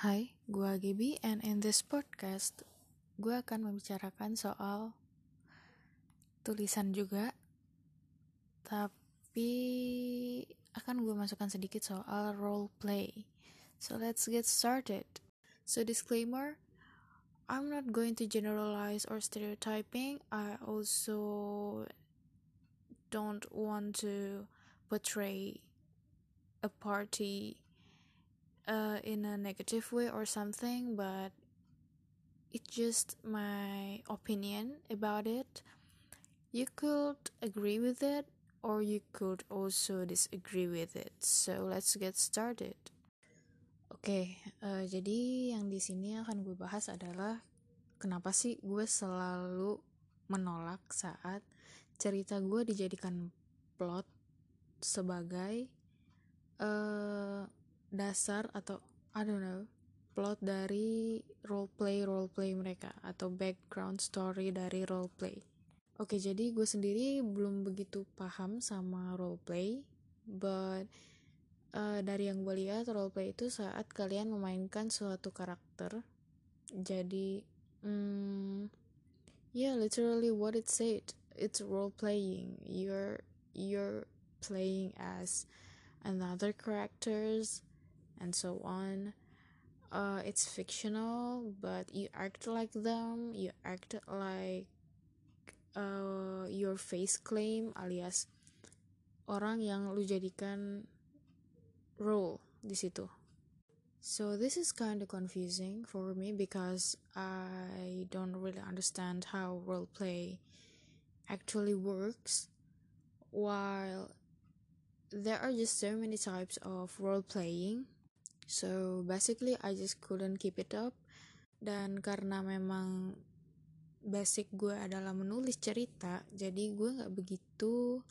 Hai, gua Gibi, and in this podcast, gua akan membicarakan soal tulisan juga, tapi akan gue masukkan sedikit soal role play. So let's get started. So disclaimer, I'm not going to generalize or stereotyping. I also don't want to portray a party in a negative way or something, but it's just my opinion about it. You could agree with it, or you could also disagree with it. So let's get started. Oke, jadi yang di sini akan gue bahas adalah kenapa sih gue selalu menolak saat cerita gue dijadikan plot sebagai dasar atau I don't know, plot dari roleplay mereka atau background story dari roleplay. Oke, jadi gue sendiri belum begitu paham sama roleplay, but dari yang gue lihat roleplay itu saat kalian memainkan suatu karakter. Jadi, yeah, literally what it said, it's role playing. You're playing as another characters and so on. It's fictional, but you act like them. You act like your face claim, alias orang yang lu jadikan role di situ. So this is kind of confusing for me because I don't really understand how role play actually works, while there are just so many types of role playing. So basically I just couldn't keep it up, dan karena memang basic gue adalah menulis cerita, jadi gue gak begitu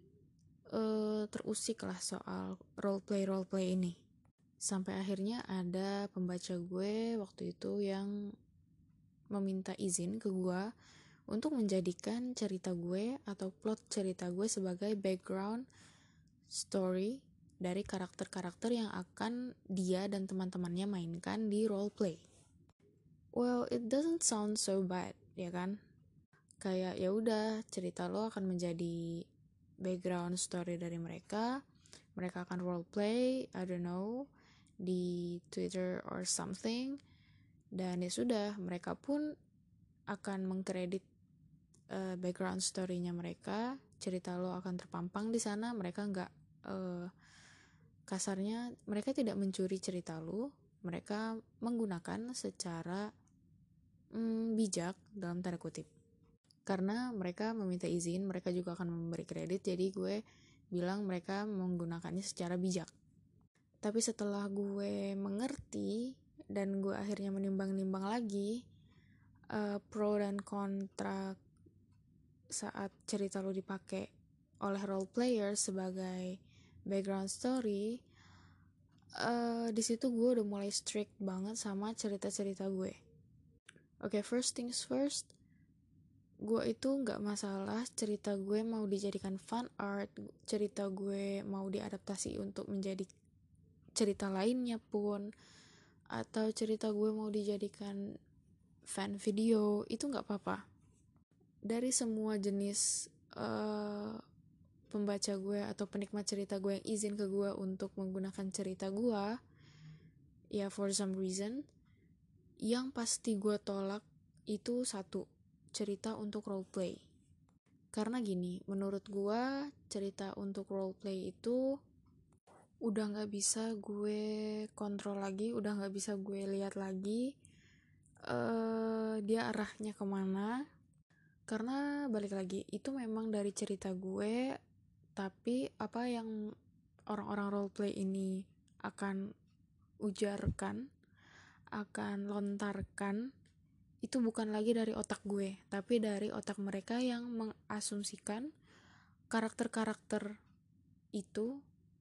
terusik lah soal roleplay ini. Sampai akhirnya ada pembaca gue waktu itu yang meminta izin ke gue untuk menjadikan cerita gue atau plot cerita gue sebagai background story dari karakter-karakter yang akan dia dan teman-temannya mainkan di roleplay. Well, it doesn't sound so bad, ya kan? Kayak ya udah, cerita lo akan menjadi background story dari mereka akan roleplay, I don't know, di Twitter or something, dan ya sudah, mereka pun akan mengkredit background story-nya mereka, cerita lo akan terpampang di sana, mereka nggak kasarnya mereka tidak mencuri cerita lo, mereka menggunakan secara bijak dalam tanda kutip. Karena mereka meminta izin, mereka juga akan memberi kredit, jadi gue bilang mereka menggunakannya secara bijak. Tapi setelah gue mengerti dan gue akhirnya menimbang-nimbang lagi pro dan kontra saat cerita lo dipakai oleh role player sebagai background story, di situ gue udah mulai strict banget sama cerita-cerita gue. Oke, first things first, gue itu gak masalah cerita gue mau dijadikan fan art, cerita gue mau diadaptasi untuk menjadi cerita lainnya pun, atau cerita gue mau dijadikan fan video, itu gak apa-apa. Dari semua jenis pembaca gue atau penikmat cerita gue yang izin ke gue untuk menggunakan cerita gue, ya for some reason, yang pasti gue tolak itu satu, cerita untuk roleplay. Karena gini, menurut gue cerita untuk roleplay itu udah gak bisa gue kontrol lagi, udah gak bisa gue lihat lagi dia arahnya kemana. Karena balik lagi, itu memang dari cerita gue, tapi apa yang orang-orang roleplay ini akan ujarkan, akan lontarkan, itu bukan lagi dari otak gue, tapi dari otak mereka yang mengasumsikan karakter-karakter itu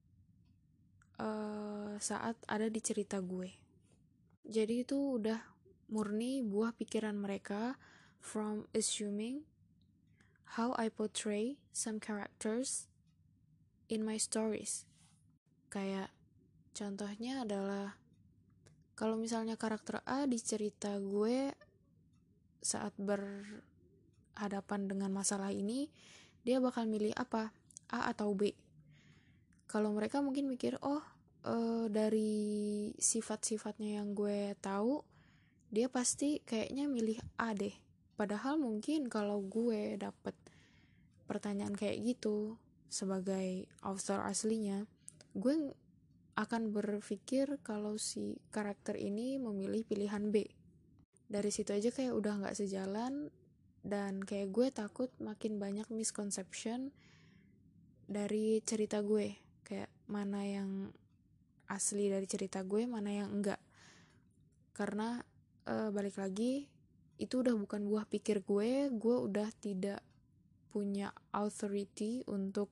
saat ada di cerita gue. Jadi itu udah murni buah pikiran mereka from assuming how I portray some characters in my stories. Kayak contohnya adalah Kalau misalnya karakter A di cerita gue saat berhadapan dengan masalah ini, dia bakal milih apa? A atau B? Kalau mereka mungkin mikir, dari sifat-sifatnya yang gue tahu, dia pasti kayaknya milih A deh. Padahal mungkin kalau gue dapet pertanyaan kayak gitu sebagai author aslinya, gue akan berpikir kalau si karakter ini memilih pilihan B. Dari situ aja kayak udah gak sejalan, dan kayak gue takut makin banyak misconception dari cerita gue. Kayak mana yang asli dari cerita gue, mana yang enggak. Karena balik lagi, itu udah bukan buah pikir gue udah tidak punya authority untuk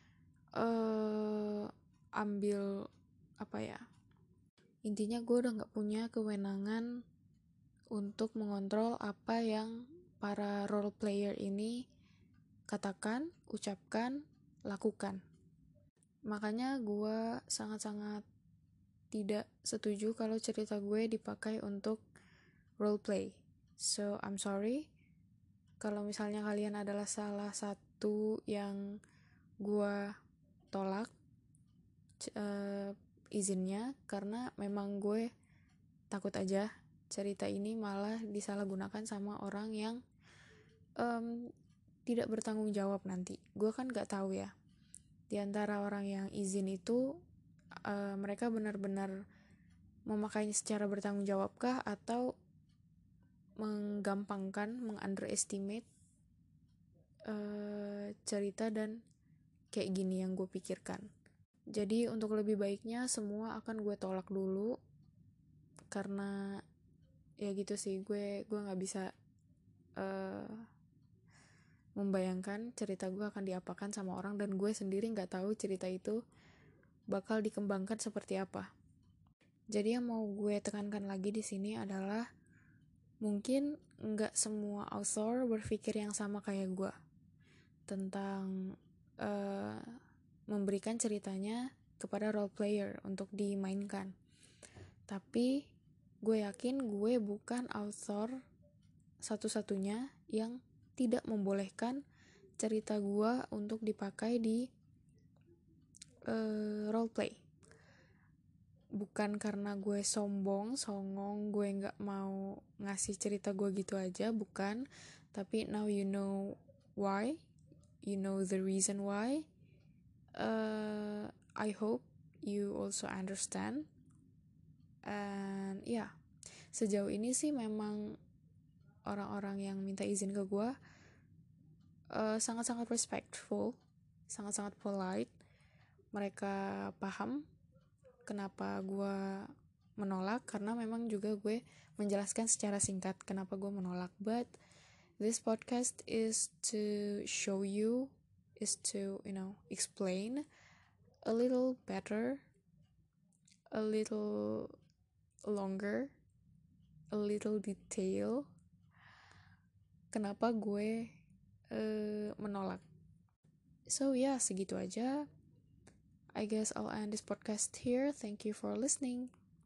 ambil apa ya, intinya gue udah gak punya kewenangan untuk mengontrol apa yang para role player ini katakan, ucapkan, lakukan. Makanya gue sangat-sangat tidak setuju kalau cerita gue dipakai untuk role play. So I'm sorry kalau misalnya kalian adalah salah satu yang gue tolak izinnya, karena memang gue takut aja cerita ini malah disalahgunakan sama orang yang tidak bertanggung jawab nanti. Gue kan gak tahu ya, di antara orang yang izin itu mereka benar-benar memakainya secara bertanggung jawabkah, atau menggampangkan, mengunderestimate cerita dan kayak gini yang gue pikirkan. Jadi untuk lebih baiknya semua akan gue tolak dulu, karena ya gitu sih, gue nggak bisa membayangkan cerita gue akan diapakan sama orang, dan gue sendiri nggak tahu cerita itu bakal dikembangkan seperti apa. Jadi yang mau gue tekankan lagi di sini adalah mungkin nggak semua author berpikir yang sama kayak gue tentang memberikan ceritanya kepada role player untuk dimainkan. Tapi gue yakin gue bukan author satu-satunya yang tidak membolehkan cerita gue untuk dipakai di role play. Bukan karena gue sombong, songong, gue gak mau ngasih cerita gue gitu aja, bukan. Tapi now you know why, you know the reason why. I hope you also understand. And yeah, sejauh ini sih memang orang-orang yang minta izin ke gue sangat-sangat respectful, sangat-sangat polite. Mereka paham kenapa gue menolak, karena memang juga gue menjelaskan secara singkat kenapa gue menolak. But this podcast is to show you, is to explain a little better, a little longer, a little detail kenapa gue menolak. So yeah, segitu aja. I guess I'll end this podcast here. Thank you for listening.